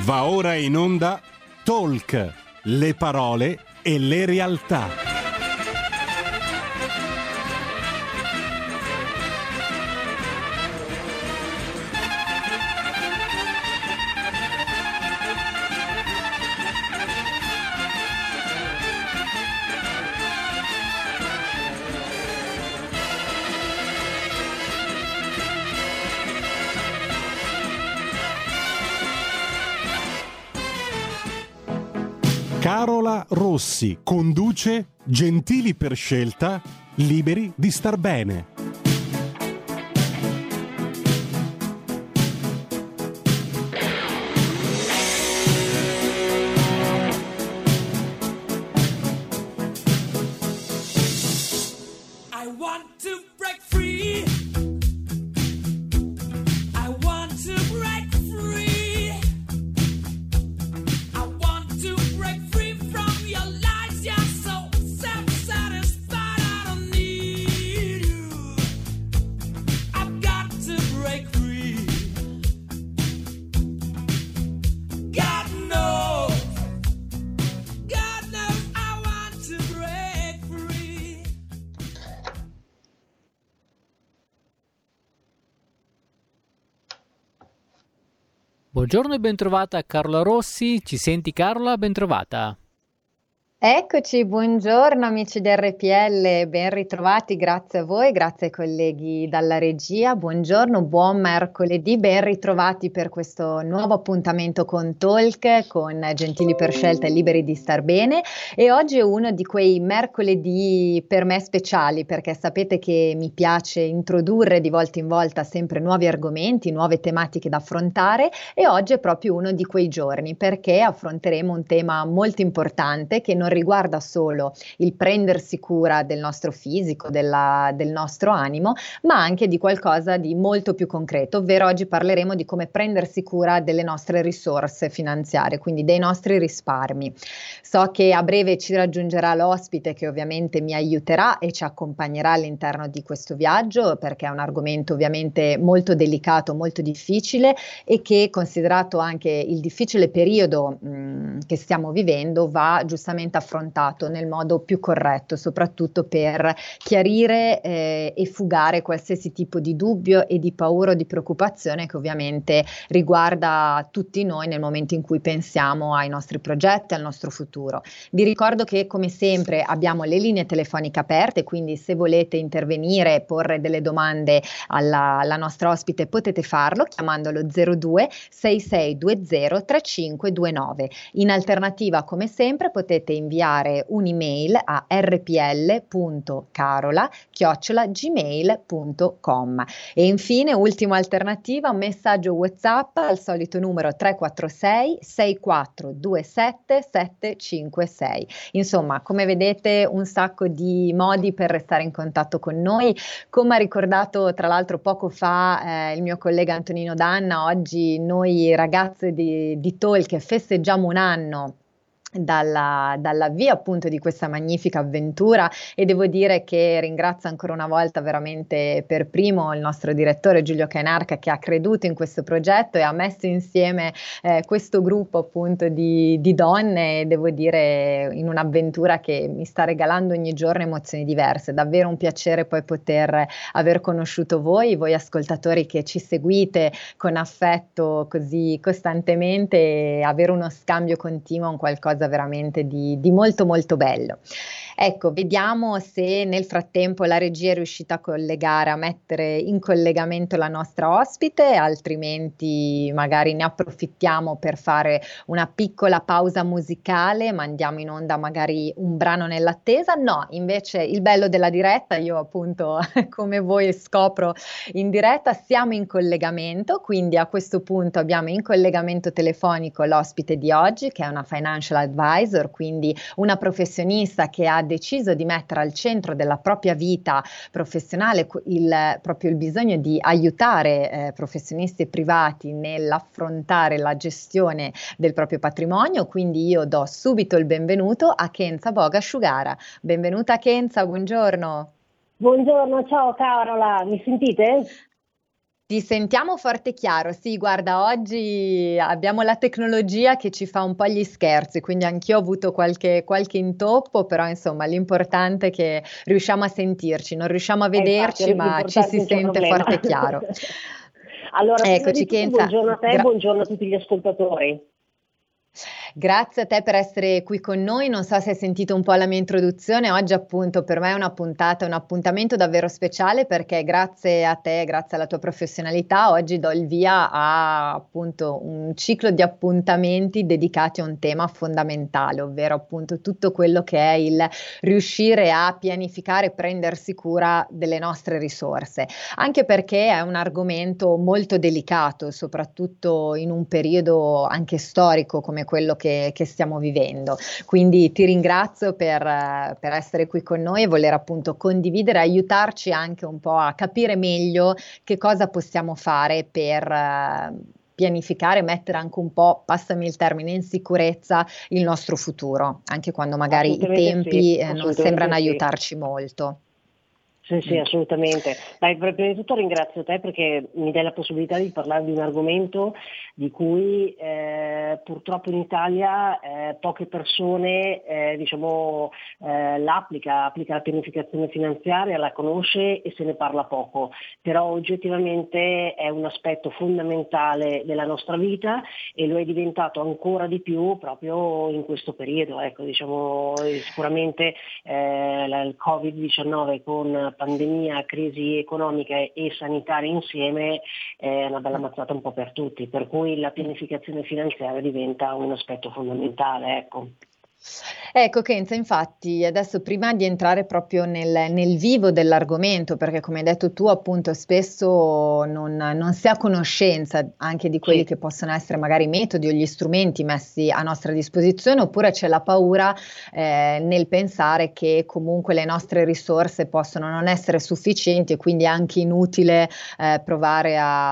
Va ora in onda Talk, le parole e le realtà. Carola Rossi conduce Gentili per scelta, liberi di star bene. Buongiorno e bentrovata Carola Rossi, ci senti Carola? Bentrovata. Eccoci, buongiorno amici di RPL, ben ritrovati, grazie a voi, grazie ai colleghi dalla regia, buongiorno, buon mercoledì, ben ritrovati per questo nuovo appuntamento con Talk, con Gentili per scelta e liberi di star bene, e oggi è uno di quei mercoledì per me speciali, perché sapete che mi piace introdurre di volta in volta sempre nuovi argomenti, nuove tematiche da affrontare, e oggi è proprio uno di quei giorni, perché affronteremo un tema molto importante che non riguarda solo il prendersi cura del nostro fisico, del nostro animo, ma anche di qualcosa di molto più concreto, ovvero oggi parleremo di come prendersi cura delle nostre risorse finanziarie, quindi dei nostri risparmi. So che a breve ci raggiungerà l'ospite che ovviamente mi aiuterà e ci accompagnerà all'interno di questo viaggio, perché è un argomento ovviamente molto delicato, molto difficile, e che, considerato anche il difficile periodo che stiamo vivendo, va giustamente affrontato nel modo più corretto, soprattutto per chiarire e fugare qualsiasi tipo di dubbio e di paura o di preoccupazione che ovviamente riguarda tutti noi nel momento in cui pensiamo ai nostri progetti, al nostro futuro. Vi ricordo che come sempre abbiamo le linee telefoniche aperte, quindi se volete intervenire e porre delle domande alla nostra ospite potete farlo chiamandolo 02 6620 3529. In alternativa, come sempre, potete inviare un'email a rpl.carola@gmail.com. E infine, ultima alternativa, un messaggio WhatsApp al solito numero 346 6427 756. Insomma, come vedete, un sacco di modi per restare in contatto con noi. Come ha ricordato tra l'altro poco fa il mio collega Antonino Danna, oggi noi ragazze di Talk festeggiamo un anno dall'avvio appunto di questa magnifica avventura, e devo dire che ringrazio ancora una volta veramente per primo il nostro direttore Giulio Cainarca, che ha creduto in questo progetto e ha messo insieme questo gruppo appunto di donne, e devo dire in un'avventura che mi sta regalando ogni giorno emozioni diverse. Davvero un piacere poi poter aver conosciuto voi ascoltatori che ci seguite con affetto così costantemente, e avere uno scambio continuo, un qualcosa veramente di molto molto bello. Ecco, vediamo se nel frattempo la regia è riuscita a mettere in collegamento la nostra ospite, altrimenti magari ne approfittiamo per fare una piccola pausa musicale, mandiamo in onda magari un brano nell'attesa. No, invece il bello della diretta, io appunto come voi scopro in diretta, siamo in collegamento, quindi a questo punto abbiamo in collegamento telefonico l'ospite di oggi, che è una financial advisor, quindi una professionista che ha deciso di mettere al centro della propria vita professionale proprio il bisogno di aiutare professionisti e privati nell'affrontare la gestione del proprio patrimonio. Quindi io do subito il benvenuto a Kenza Bogasciugara. Benvenuta Kenza, buongiorno. Buongiorno, ciao Carola, mi sentite? Ti sentiamo forte e chiaro, sì, guarda, oggi abbiamo la tecnologia che ci fa un po' gli scherzi, quindi anch'io ho avuto qualche intoppo, però insomma l'importante è che riusciamo a sentirci, non riusciamo a Infatti, vederci, ma ci l'importante si non c'è sente problema. forte e chiaro. Allora, prima di Eccoci, tutto, Kenza. buongiorno a te e buongiorno a tutti gli ascoltatori. Grazie a te per essere qui con noi. Non so se hai sentito un po' la mia introduzione. Oggi appunto per me è una puntata, un appuntamento davvero speciale perché grazie a te, grazie alla tua professionalità, oggi do il via a appunto un ciclo di appuntamenti dedicati a un tema fondamentale, ovvero appunto tutto quello che è il riuscire a pianificare e prendersi cura delle nostre risorse, anche perché è un argomento molto delicato, soprattutto in un periodo anche storico come quello che stiamo vivendo. Quindi ti ringrazio per essere qui con noi e voler appunto condividere, aiutarci anche un po' a capire meglio che cosa possiamo fare per pianificare, mettere anche un po', passami il termine, in sicurezza il nostro futuro, anche quando magari i Assolutamente tempi sì, non sembrano assolutamente sì. aiutarci molto. Sì, assolutamente. Dai, prima di tutto ringrazio te perché mi dai la possibilità di parlare di un argomento di cui purtroppo in Italia poche persone applica la pianificazione finanziaria, la conosce e se ne parla poco, però oggettivamente è un aspetto fondamentale della nostra vita e lo è diventato ancora di più proprio in questo periodo. Ecco, sicuramente il Covid-19 con pandemia, crisi economica e sanitaria insieme è una bella mazzata un po' per tutti, per cui la pianificazione finanziaria diventa un aspetto fondamentale, ecco. Ecco Kenza, infatti adesso prima di entrare proprio nel vivo dell'argomento, perché come hai detto tu appunto spesso non si ha conoscenza anche di quelli Sì. che possono essere magari i metodi o gli strumenti messi a nostra disposizione, oppure c'è la paura nel pensare che comunque le nostre risorse possono non essere sufficienti e quindi è anche inutile provare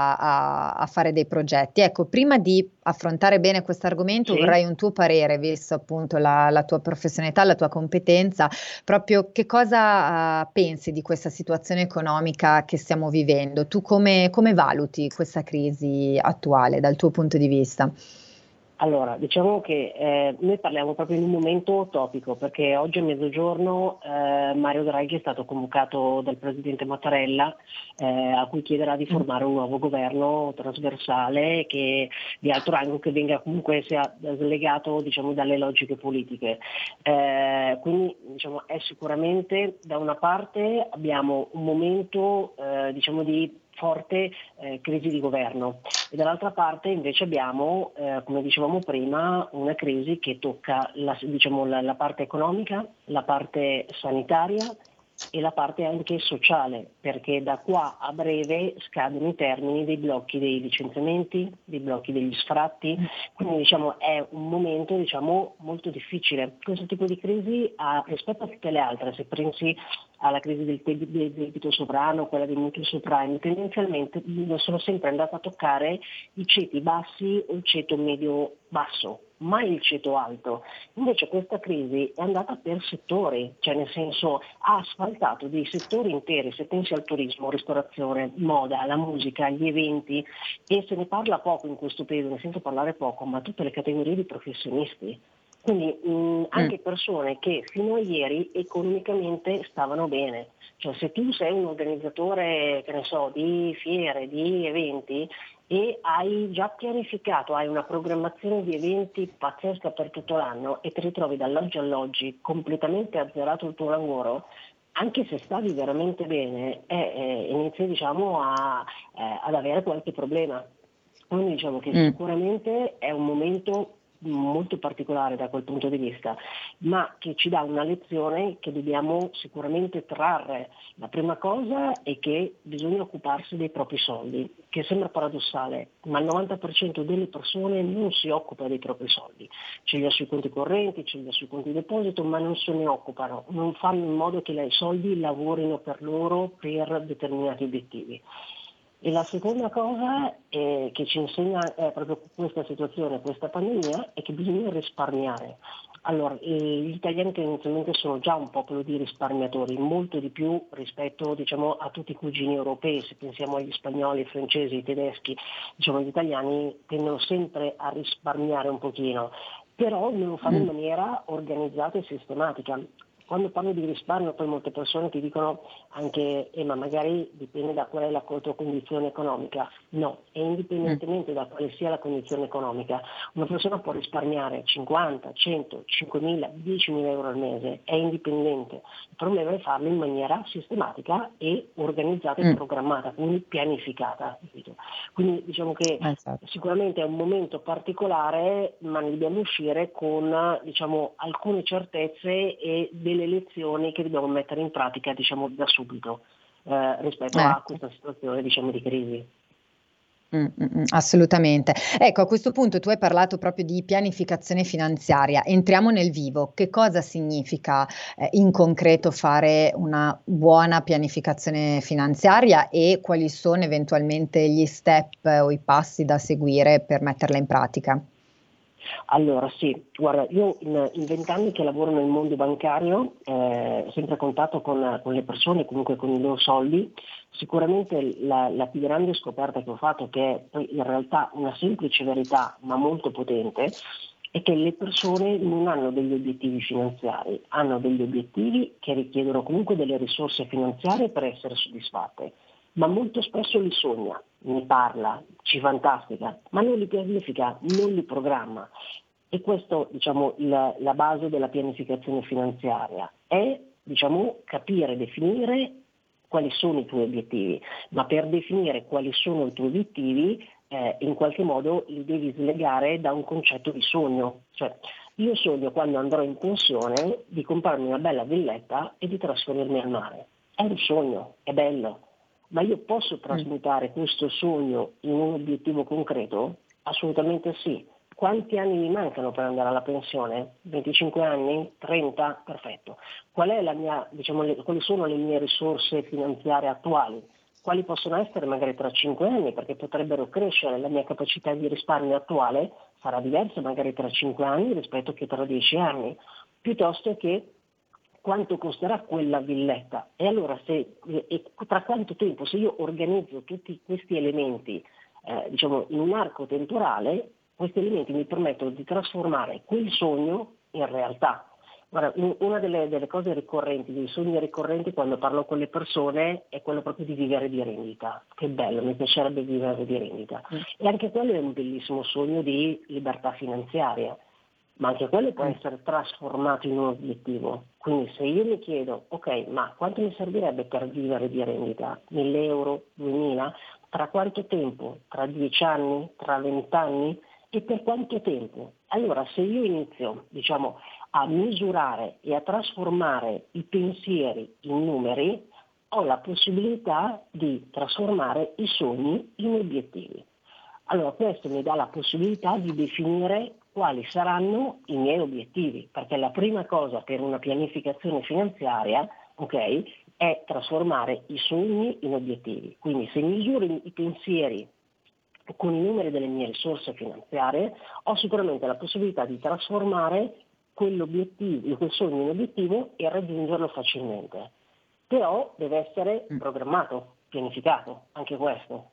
a fare dei progetti. Ecco, prima di affrontare bene questo argomento Sì. vorrei un tuo parere, visto appunto la tua professionalità, la tua competenza, proprio che cosa pensi di questa situazione economica che stiamo vivendo? Tu come valuti questa crisi attuale dal tuo punto di vista? Allora, diciamo che noi parliamo proprio in un momento topico, perché oggi a mezzogiorno Mario Draghi è stato convocato dal presidente Mattarella a cui chiederà di formare un nuovo governo trasversale che di alto rango che venga comunque sia slegato dalle logiche politiche. Quindi è sicuramente da una parte abbiamo un momento di forte crisi di governo e dall'altra parte invece abbiamo, come dicevamo prima, una crisi che tocca la parte economica, la parte sanitaria e la parte anche sociale, perché da qua a breve scadono i termini dei blocchi dei licenziamenti, dei blocchi degli sfratti, quindi è un momento molto difficile. Questo tipo di crisi rispetto a tutte le altre, se pensi alla crisi del debito sovrano, quella dei mutui subprime, tendenzialmente sono sempre andata a toccare i ceti bassi o il ceto medio basso, mai il ceto alto. Invece questa crisi è andata per settori, cioè nel senso ha asfaltato dei settori interi, se pensi al turismo, ristorazione, moda, la musica, gli eventi, e se ne parla poco in questo periodo, ne sento parlare poco, ma tutte le categorie di professionisti. Quindi anche persone che fino a ieri economicamente stavano bene. Cioè se tu sei un organizzatore, che ne so, di fiere, di eventi e hai già pianificato, hai una programmazione di eventi pazzesca per tutto l'anno e ti ritrovi dall'oggi all'oggi completamente azzerato il tuo lavoro, anche se stavi veramente bene, inizi ad avere qualche problema. Quindi che sicuramente è un momento molto particolare da quel punto di vista, ma che ci dà una lezione che dobbiamo sicuramente trarre. La prima cosa è che bisogna occuparsi dei propri soldi, che sembra paradossale, ma il 90% delle persone non si occupa dei propri soldi, ce li ha sui conti correnti, ce li ha sui conti deposito, ma non se ne occupano, non fanno in modo che i soldi lavorino per loro per determinati obiettivi. E la seconda cosa che ci insegna proprio questa situazione, questa pandemia, è che bisogna risparmiare. Allora, gli italiani tendenzialmente sono già un popolo di risparmiatori, molto di più rispetto, diciamo, a tutti i cugini europei. Se pensiamo agli spagnoli, ai francesi, ai tedeschi, diciamo, gli italiani tendono sempre a risparmiare un pochino, però non lo fanno in maniera organizzata e sistematica. Quando parlo di risparmio, poi molte persone ti dicono anche, ma magari dipende da qual è la tua condizione economica. No, e indipendentemente da quale sia la condizione economica, una persona può risparmiare 50, 100, 5.000, 10.000 euro al mese, è indipendente. Il problema è farlo in maniera sistematica e organizzata e programmata, quindi pianificata. Capito? Quindi diciamo che sicuramente è un momento particolare, ma ne dobbiamo uscire con, diciamo, alcune certezze e delle lezioni che dobbiamo mettere in pratica, diciamo, da subito rispetto a questa situazione, diciamo, di crisi. Assolutamente. Ecco, a questo punto tu hai parlato proprio di pianificazione finanziaria. Entriamo nel vivo. Che cosa significa in concreto fare una buona pianificazione finanziaria e quali sono eventualmente gli step o i passi da seguire per metterla in pratica? Allora sì, guarda, io in 20 anni che lavoro nel mondo bancario, sempre a contatto con le persone, comunque con i loro soldi, sicuramente la più grande scoperta che ho fatto, che è poi in realtà una semplice verità ma molto potente, è che le persone non hanno degli obiettivi finanziari, hanno degli obiettivi che richiedono comunque delle risorse finanziarie per essere soddisfatte, ma molto spesso li sogna, ne parla, ci fantastica, ma non li pianifica, non li programma. E questo, diciamo, la base della pianificazione finanziaria è, diciamo, capire, definire quali sono i tuoi obiettivi, ma per definire quali sono i tuoi obiettivi in qualche modo li devi slegare da un concetto di sogno. Cioè, io sogno quando andrò in pensione di comprarmi una bella villetta e di trasferirmi al mare. È un sogno, è bello. Ma io posso trasmutare questo sogno in un obiettivo concreto? Assolutamente sì. Quanti anni mi mancano per andare alla pensione? 25 anni? 30? Perfetto. Qual è la mia, diciamo, quali sono le mie risorse finanziarie attuali? Quali possono essere magari tra 5 anni? Perché potrebbero crescere, la mia capacità di risparmio attuale sarà diversa magari tra 5 anni rispetto che tra 10 anni. Piuttosto che quanto costerà quella villetta e allora tra quanto tempo, se io organizzo tutti questi elementi diciamo in un arco temporale, questi elementi mi permettono di trasformare quel sogno in realtà. Guarda, una delle cose ricorrenti, dei sogni ricorrenti quando parlo con le persone è quello proprio di vivere di rendita. Che bello, mi piacerebbe vivere di rendita. E anche quello è un bellissimo sogno di libertà finanziaria. Ma anche quello può essere trasformato in un obiettivo. Quindi se io mi chiedo, ok, ma quanto mi servirebbe per vivere di rendita? 1.000 euro? 2.000? Tra quanto tempo? Tra 10 anni? Tra 20 anni? E per quanto tempo? Allora se io inizio, diciamo, a misurare e a trasformare i pensieri in numeri, ho la possibilità di trasformare i sogni in obiettivi. Allora questo mi dà la possibilità di definire quali saranno i miei obiettivi, perché la prima cosa per una pianificazione finanziaria, ok, è trasformare i sogni in obiettivi. Quindi se misuro i pensieri con i numeri delle mie risorse finanziarie, ho sicuramente la possibilità di trasformare quell'obiettivo, quel sogno in obiettivo e raggiungerlo facilmente. Però deve essere programmato, pianificato, anche questo.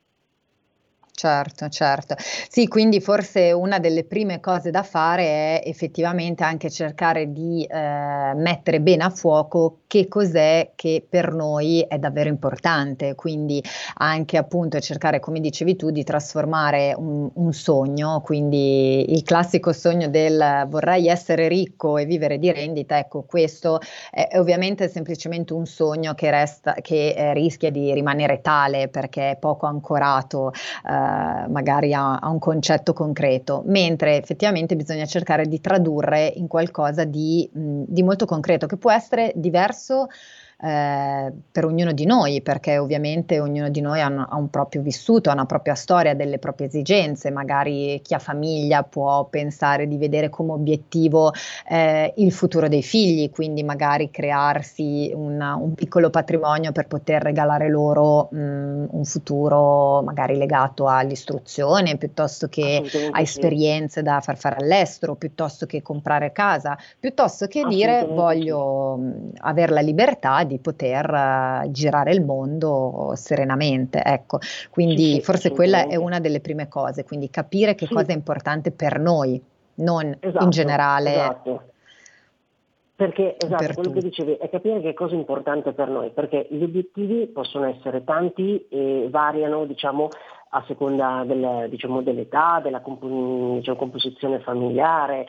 Certo, certo. Sì, quindi forse una delle prime cose da fare è effettivamente anche cercare di mettere bene a fuoco che cos'è che per noi è davvero importante, quindi anche appunto cercare, come dicevi tu, di trasformare un sogno, quindi il classico sogno del vorrei essere ricco e vivere di rendita, ecco, questo è ovviamente semplicemente un sogno che rischia di rimanere tale perché è poco ancorato magari a un concetto concreto, mentre effettivamente bisogna cercare di tradurre in qualcosa di molto concreto, che può essere diverso per ognuno di noi, perché ovviamente ognuno di noi ha un proprio vissuto, ha una propria storia, delle proprie esigenze. Magari chi ha famiglia può pensare di vedere come obiettivo il futuro dei figli, quindi magari crearsi un piccolo patrimonio per poter regalare loro un futuro magari legato all'istruzione, piuttosto che a esperienze da far fare all'estero, piuttosto che comprare casa, piuttosto che dire voglio avere la libertà di poter girare il mondo serenamente. Ecco, quindi forse quella è una delle prime cose, quindi capire che cosa è importante per noi, non in generale. Esatto. Perché quello che dicevi è capire che cosa è importante per noi, perché gli obiettivi possono essere tanti e variano, diciamo, a seconda dell'età, della composizione familiare,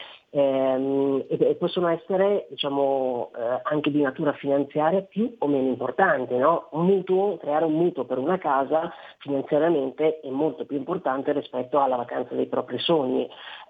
e possono essere, diciamo, anche di natura finanziaria più o meno importanti, no? Creare un mutuo per una casa finanziariamente è molto più importante rispetto alla vacanza dei propri sogni.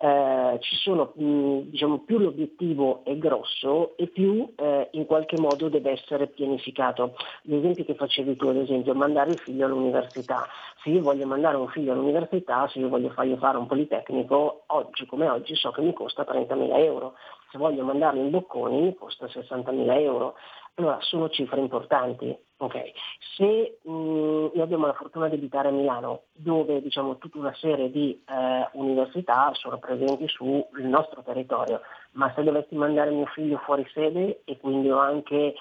Ci sono, diciamo, più l'obiettivo è grosso e più in qualche modo deve essere pianificato. Gli esempi che facevi tu, ad esempio, mandare il figlio all'università. Se io voglio mandare un figlio all'università, se io voglio fargli fare un politecnico, oggi come oggi so che mi costa 30.000 euro. Se voglio mandarlo in Bocconi mi costa 60.000 euro. Allora sono cifre importanti. Okay. Se noi abbiamo la fortuna di abitare a Milano, dove, diciamo, tutta una serie di università sono presenti sul nostro territorio, ma se dovessi mandare mio figlio fuori sede e quindi ho anche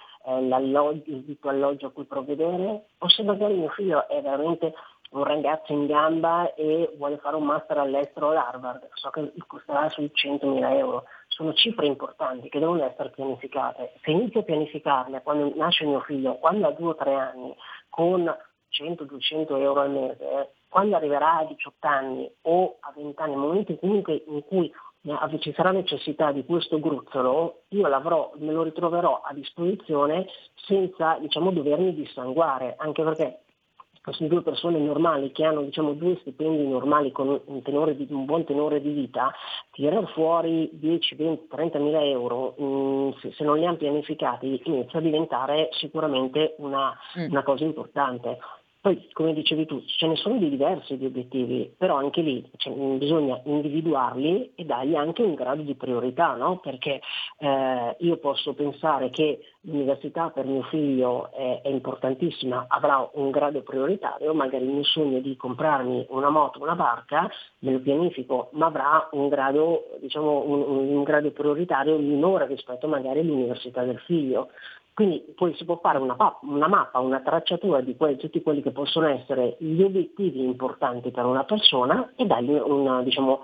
il vitto alloggio a cui provvedere, o se magari mio figlio è veramente un ragazzo in gamba e vuole fare un master all'estero all'Harvard, so che costerà sui 100.000 euro. Sono cifre importanti che devono essere pianificate. Se inizio a pianificarle quando nasce mio figlio, quando ha 2 o 3 anni, con 100-200 euro al mese, quando arriverà a 18 anni o a 20 anni, nel momento in cui ci sarà necessità di questo gruzzolo, io me lo ritroverò a disposizione senza, diciamo, dovermi dissanguare, anche perché queste 2 persone normali che hanno, diciamo, 2 stipendi normali con un buon tenore di vita, tirar fuori 10, 20, 30.000 euro, se non li hanno pianificati, inizia a diventare sicuramente una cosa importante. Poi, come dicevi tu, ce ne sono di diversi di obiettivi, però anche lì bisogna individuarli e dargli anche un grado di priorità, no? Perché io posso pensare che l'università per mio figlio è importantissima, avrà un grado prioritario, magari il mio sogno di comprarmi una moto, una barca, me lo pianifico, ma avrà un grado, diciamo, un grado prioritario minore rispetto magari all'università del figlio. Quindi poi si può fare una mappa, una tracciatura di tutti quelli che possono essere gli obiettivi importanti per una persona e dargli una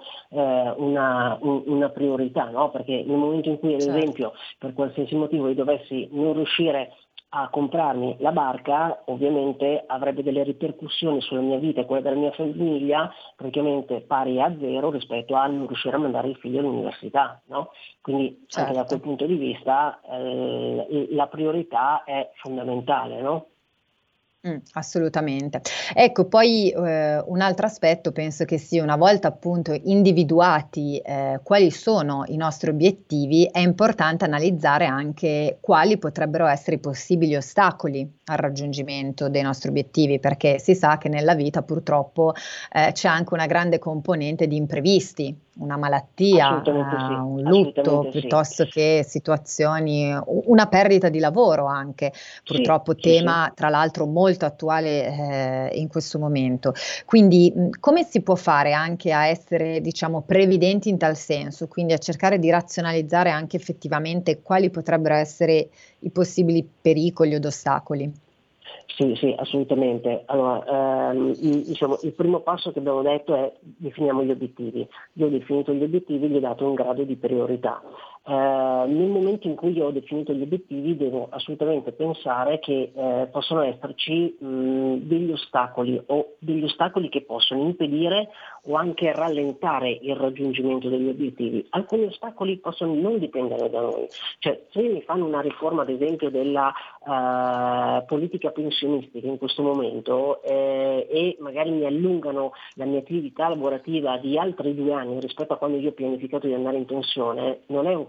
priorità, no? Perché nel momento in cui, ad esempio, per qualsiasi motivo io dovessi non riuscire a comprarmi la barca, ovviamente avrebbe delle ripercussioni sulla mia vita e quella della mia famiglia praticamente pari a 0 rispetto a non riuscire a mandare il figlio all'università, no? Quindi anche da quel punto di vista la priorità è fondamentale, no? Assolutamente. Ecco, poi un altro aspetto penso che sia, una volta appunto individuati quali sono i nostri obiettivi, è importante analizzare anche quali potrebbero essere i possibili ostacoli al raggiungimento dei nostri obiettivi, perché si sa che nella vita purtroppo c'è anche una grande componente di imprevisti, una malattia, un lutto, piuttosto che situazioni, una perdita di lavoro anche, purtroppo tema tra l'altro molto attuale in questo momento. Quindi come si può fare anche a essere, diciamo, previdenti in tal senso, quindi a cercare di razionalizzare anche effettivamente quali potrebbero essere i possibili pericoli od ostacoli? Sì, assolutamente. Allora, diciamo, il primo passo che abbiamo detto è definiamo gli obiettivi. Io ho definito gli obiettivi, gli ho dato un grado di priorità. Nel momento in cui io ho definito gli obiettivi devo assolutamente pensare che possono esserci degli ostacoli o degli ostacoli che possono impedire o anche rallentare il raggiungimento degli obiettivi. Alcuni ostacoli possono non dipendere da noi, cioè se mi fanno una riforma ad esempio della politica pensionistica in questo momento e magari mi allungano la mia attività lavorativa di altri 2 anni rispetto a quando io ho pianificato di andare in pensione, non è un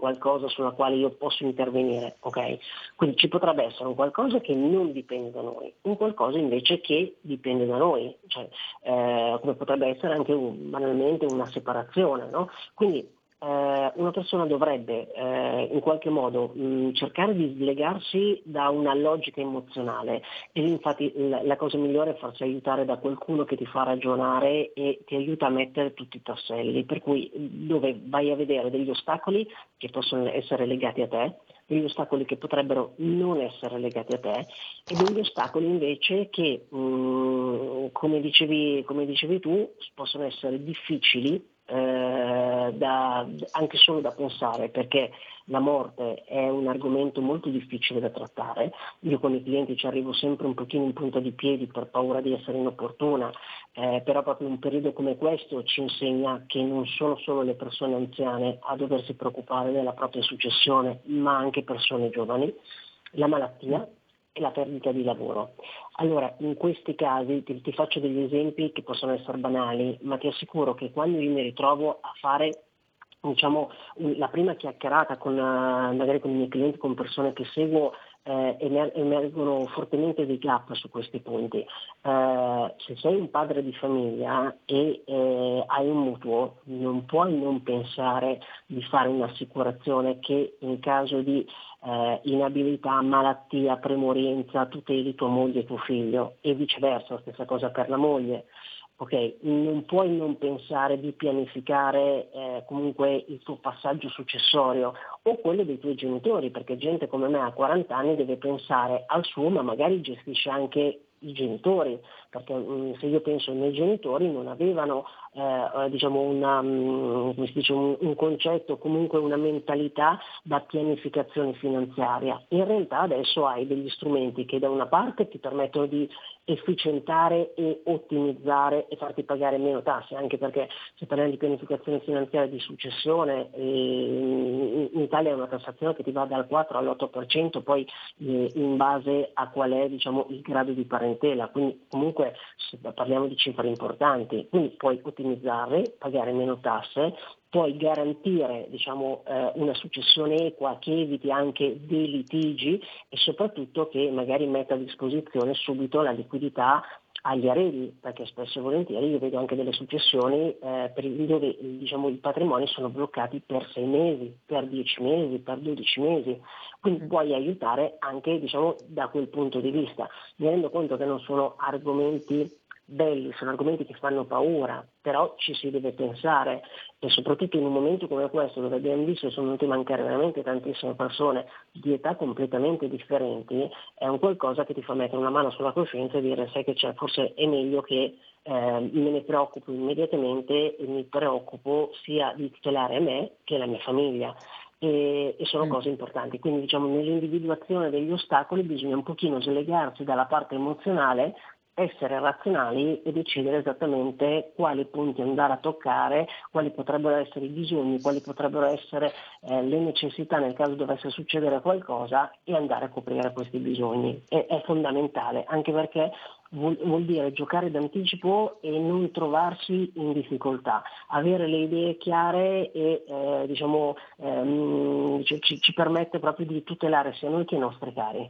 qualcosa sulla quale io posso intervenire, ok? Quindi ci potrebbe essere un qualcosa che non dipende da noi, un qualcosa invece che dipende da noi, cioè, come potrebbe essere anche banalmente una separazione, no? Quindi una persona dovrebbe in qualche modo cercare di slegarsi da una logica emozionale, e infatti la cosa migliore è farsi aiutare da qualcuno che ti fa ragionare e ti aiuta a mettere tutti i tasselli, per cui dove vai a vedere degli ostacoli che possono essere legati a te, degli ostacoli che potrebbero non essere legati a te e degli ostacoli invece che come dicevi tu possono essere difficili anche solo da pensare, perché la morte è un argomento molto difficile da trattare. Io con i clienti ci arrivo sempre un pochino in punta di piedi per paura di essere inopportuna, però proprio un periodo come questo ci insegna che non sono solo le persone anziane a doversi preoccupare della propria successione, ma anche persone giovani, la malattia e la perdita di lavoro. Allora, in questi casi ti faccio degli esempi che possono essere banali, ma ti assicuro che quando io mi ritrovo a fare la prima chiacchierata magari con i miei clienti, con persone che seguo, emergono fortemente dei gap su questi punti. Se sei un padre di famiglia e hai un mutuo, non puoi non pensare di fare un'assicurazione che in caso di inabilità, malattia, premorienza tuteli tua moglie e tuo figlio, e viceversa, stessa cosa per la moglie. Ok, non puoi non pensare di pianificare comunque il tuo passaggio successorio o quello dei tuoi genitori, perché gente come me a 40 anni deve pensare al suo, ma magari gestisce anche i genitori, perché se io penso ai miei genitori non avevano un concetto, comunque una mentalità da pianificazione finanziaria. In realtà adesso hai degli strumenti che da una parte ti permettono di efficientare e ottimizzare e farti pagare meno tasse, anche perché se parliamo di pianificazione finanziaria di successione, in Italia è una tassazione che ti va dal 4 all'8%, poi in base a qual è il grado di parentela, quindi comunque parliamo di cifre importanti, quindi puoi ottimizzare, pagare meno tasse, puoi garantire una successione equa che eviti anche dei litigi e soprattutto che magari metta a disposizione subito la liquidità agli eredi, perché spesso e volentieri io vedo anche delle successioni dove i patrimoni sono bloccati per 6 mesi, per 10 mesi, per 12 mesi, quindi puoi aiutare anche da quel punto di vista. Mi rendo conto che non sono argomenti belli, sono argomenti che fanno paura, però ci si deve pensare, e soprattutto in un momento come questo dove abbiamo visto sono venute a mancare veramente tantissime persone di età completamente differenti, è un qualcosa che ti fa mettere una mano sulla coscienza e dire sai che c'è, forse è meglio che me ne preoccupo immediatamente e mi preoccupo sia di tutelare me che la mia famiglia. E sono cose importanti, quindi nell'individuazione degli ostacoli bisogna un pochino slegarsi dalla parte emozionale, essere razionali e decidere esattamente quali punti andare a toccare, quali potrebbero essere i bisogni, quali potrebbero essere le necessità nel caso dovesse succedere qualcosa, e andare a coprire questi bisogni. È fondamentale, anche perché vuol dire giocare d'anticipo e non trovarsi in difficoltà, avere le idee chiare e ci permette proprio di tutelare sia noi che i nostri cari.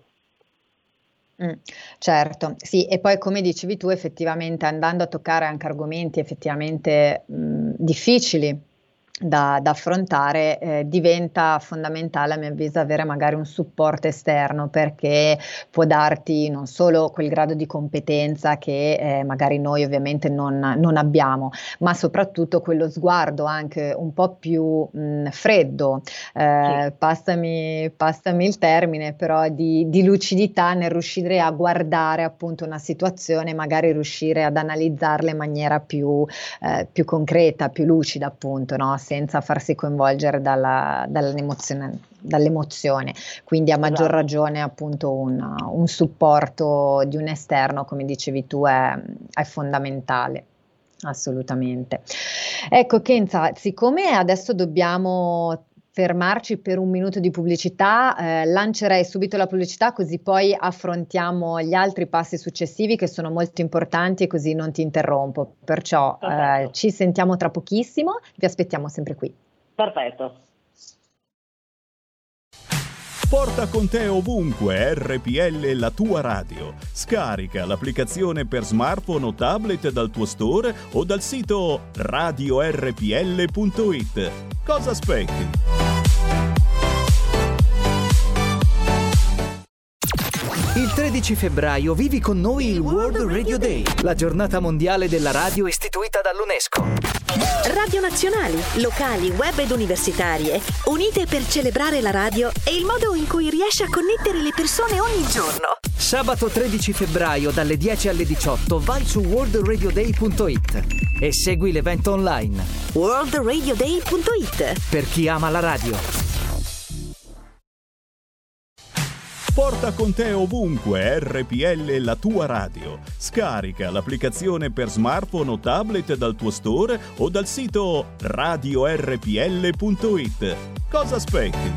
Certo, sì, e poi come dicevi tu, effettivamente andando a toccare anche argomenti effettivamente difficili da affrontare, diventa fondamentale a mio avviso avere magari un supporto esterno, perché può darti non solo quel grado di competenza che magari noi ovviamente non abbiamo, ma soprattutto quello sguardo anche un po' più freddo, passami il termine, però di lucidità nel riuscire a guardare appunto una situazione, magari riuscire ad analizzarla in maniera più concreta, più lucida appunto, no? Senza farsi coinvolgere dall'emozione, quindi a maggior ragione appunto un supporto di un esterno, come dicevi tu, è fondamentale. Assolutamente. Ecco Kenza, siccome adesso dobbiamo fermarci per un minuto di pubblicità, lancerei subito la pubblicità, così poi affrontiamo gli altri passi successivi che sono molto importanti e così non ti interrompo. Perciò ci sentiamo tra pochissimo, vi aspettiamo sempre qui. Perfetto. Porta con te ovunque RPL, la tua radio. Scarica l'applicazione per smartphone o tablet dal tuo store o dal sito radiorpl.it. Cosa aspetti? Il 13 febbraio vivi con noi il World Radio Day, la giornata mondiale della radio istituita dall'UNESCO. Radio nazionali, locali, web ed universitarie, unite per celebrare la radio e il modo in cui riesce a connettere le persone ogni giorno. Sabato 13 febbraio dalle 10 alle 18 vai su worldradioday.it e segui l'evento online. worldradioday.it Per chi ama la radio. Porta con te ovunque RPL, la tua radio. Scarica l'applicazione per smartphone o tablet dal tuo store o dal sito radiorpl.it. Cosa aspetti?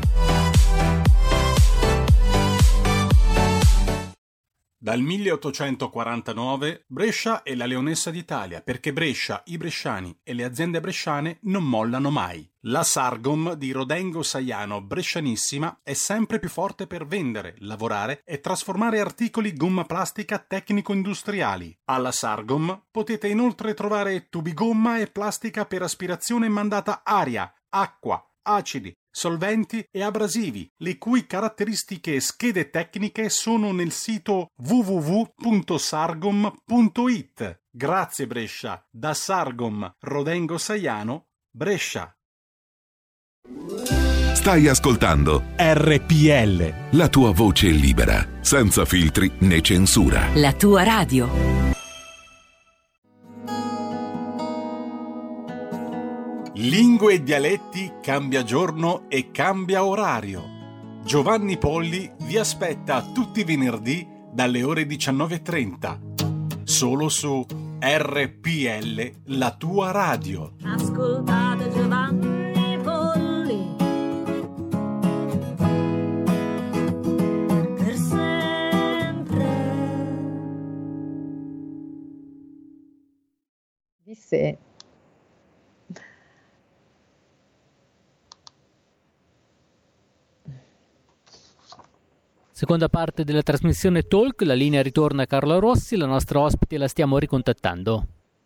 Dal 1849 Brescia è la leonessa d'Italia, perché Brescia, i bresciani e le aziende bresciane non mollano mai. La Sargom di Rodengo Saiano, brescianissima, è sempre più forte per vendere, lavorare e trasformare articoli gomma plastica tecnico-industriali. Alla Sargom potete inoltre trovare tubi gomma e plastica per aspirazione mandata aria, acqua, acidi, solventi e abrasivi, le cui caratteristiche e schede tecniche sono nel sito www.sargom.it. Grazie Brescia, da Sargom Rodengo Saiano, Brescia. Stai ascoltando RPL, la tua voce libera, senza filtri né censura. La tua radio. Lingue e dialetti cambia giorno e cambia orario. Giovanni Polli vi aspetta tutti i venerdì dalle ore 19:30. Solo su RPL, la tua radio. Ascoltate Giovanni Polli. Per sempre. Disse. Seconda parte della trasmissione Talk, la linea ritorna a Carla Rossi, la nostra ospite la stiamo ricontattando.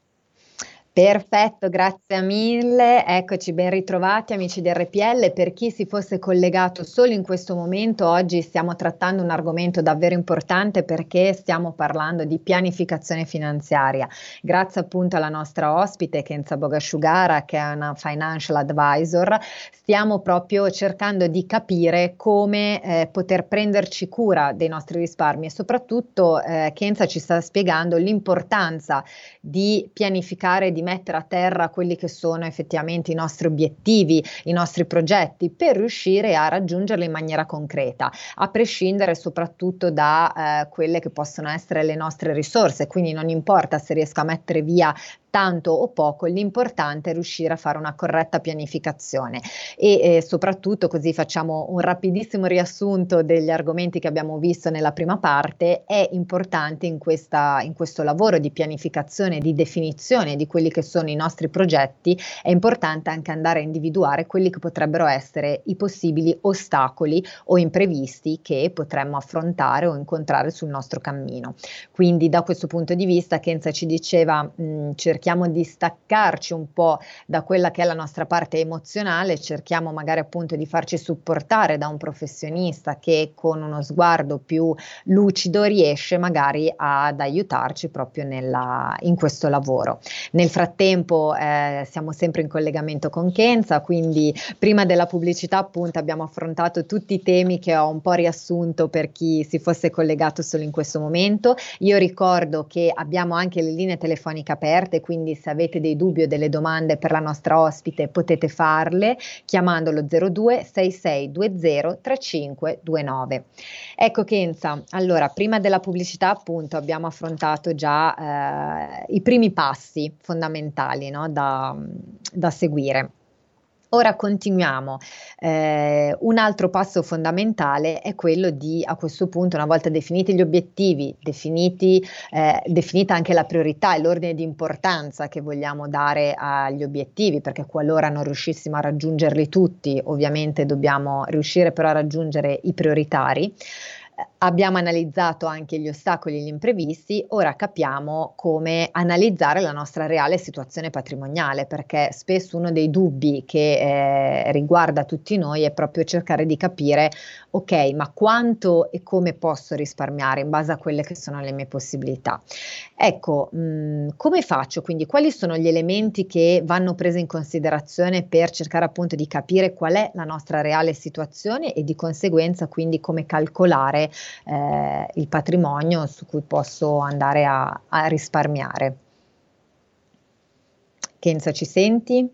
Perfetto, grazie mille, eccoci ben ritrovati amici di RPL. Per chi si fosse collegato solo in questo momento, oggi stiamo trattando un argomento davvero importante perché stiamo parlando di pianificazione finanziaria. Grazie appunto alla nostra ospite Kenza Bogasciugara, che è una financial advisor, stiamo proprio cercando di capire come poter prenderci cura dei nostri risparmi e soprattutto Kenza ci sta spiegando l'importanza di pianificare, di mettere a terra quelli che sono effettivamente i nostri obiettivi, i nostri progetti per riuscire a raggiungerli in maniera concreta, a prescindere soprattutto da quelle che possono essere le nostre risorse. Quindi non importa se riesco a mettere via tanto o poco, l'importante è riuscire a fare una corretta pianificazione e soprattutto, così facciamo un rapidissimo riassunto degli argomenti che abbiamo visto nella prima parte. È importante in questo lavoro di pianificazione, di definizione di quelli che sono i nostri progetti, è importante anche andare a individuare quelli che potrebbero essere i possibili ostacoli o imprevisti che potremmo affrontare o incontrare sul nostro cammino. Quindi da questo punto di vista Kenza ci diceva cerchiamo di staccarci un po' da quella che è la nostra parte emozionale, cerchiamo magari appunto di farci supportare da un professionista che con uno sguardo più lucido riesce magari ad aiutarci proprio in questo lavoro. Nel frattempo siamo sempre in collegamento con Kenza, quindi prima della pubblicità appunto abbiamo affrontato tutti i temi che ho un po' riassunto per chi si fosse collegato solo in questo momento. Io ricordo che abbiamo anche le linee telefoniche aperte, quindi se avete dei dubbi o delle domande per la nostra ospite potete farle chiamandolo 02 6620 3529. Ecco Kenza, allora prima della pubblicità appunto abbiamo affrontato già i primi passi fondamentali, no, da seguire. Ora continuiamo. Un altro passo fondamentale è quello di, a questo punto, una volta definiti gli obiettivi, definita anche la priorità e l'ordine di importanza che vogliamo dare agli obiettivi, perché qualora non riuscissimo a raggiungerli tutti, ovviamente dobbiamo riuscire però a raggiungere i prioritari. Abbiamo analizzato anche gli ostacoli e gli imprevisti, ora capiamo come analizzare la nostra reale situazione patrimoniale, perché spesso uno dei dubbi che riguarda tutti noi è proprio cercare di capire, ok, ma quanto e come posso risparmiare in base a quelle che sono le mie possibilità. Ecco, come faccio? Quindi quali sono gli elementi che vanno presi in considerazione per cercare appunto di capire qual è la nostra reale situazione e di conseguenza quindi come calcolare il patrimonio su cui posso andare a risparmiare. Kenza, ci senti?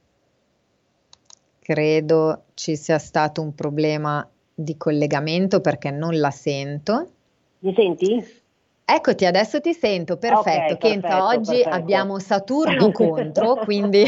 Credo ci sia stato un problema di collegamento perché non la sento. Mi senti? Eccoti, adesso ti sento, perfetto. Ok, Kenza, oggi perfetto. Abbiamo Saturno contro, quindi...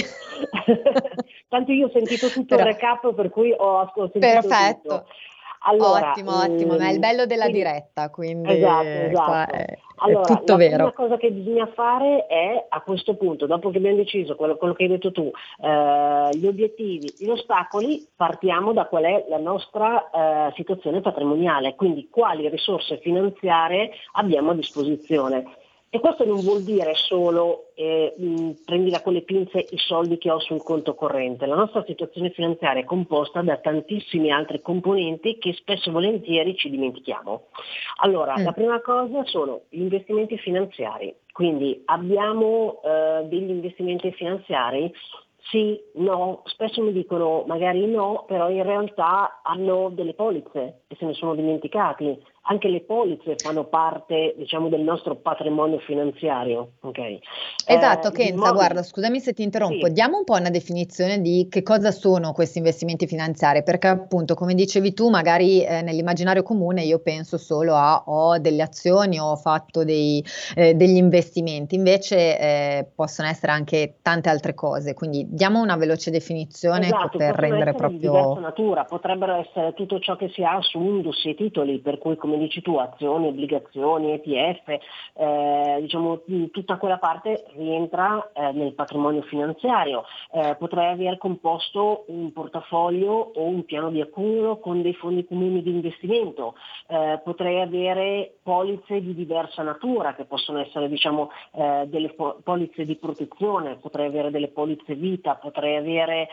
Tanto io ho sentito tutto il recap, per cui ho sentito perfetto. tutto. Allora, ottimo, ma è il bello della diretta, quindi esatto. Qua è tutto la vero. prima cosa che bisogna fare è, a questo punto, dopo che abbiamo deciso quello che hai detto tu, gli obiettivi, gli ostacoli, partiamo da qual è la nostra situazione patrimoniale, quindi quali risorse finanziarie abbiamo a disposizione. E questo non vuol dire solo prendila con le pinze i soldi che ho sul conto corrente. La nostra situazione finanziaria è composta da tantissimi altri componenti che spesso e volentieri ci dimentichiamo. Allora, la prima cosa sono gli investimenti finanziari. Quindi abbiamo degli investimenti finanziari? Sì, no, spesso mi dicono magari no, però in realtà hanno delle polizze e se ne sono dimenticati. Anche le polizze fanno parte, diciamo, del nostro patrimonio finanziario. Okay? Esatto, Kenza, guarda, scusami se ti interrompo, sì. Diamo un po' una definizione di che cosa sono questi investimenti finanziari, perché appunto, come dicevi tu, magari nell'immaginario comune io penso solo a ho delle azioni, ho fatto degli investimenti, invece possono essere anche tante altre cose, quindi diamo una veloce definizione per rendere proprio... di diversa natura, potrebbero essere tutto ciò che si ha su indussi e titoli, per cui come dici tu, azioni, obbligazioni, ETF, diciamo tutta quella parte rientra nel patrimonio finanziario. Potrei aver composto un portafoglio o un piano di accumulo con dei fondi comuni di investimento, potrei avere polizze di diversa natura che possono essere, diciamo, delle polizze di protezione, potrei avere delle polizze vita, potrei avere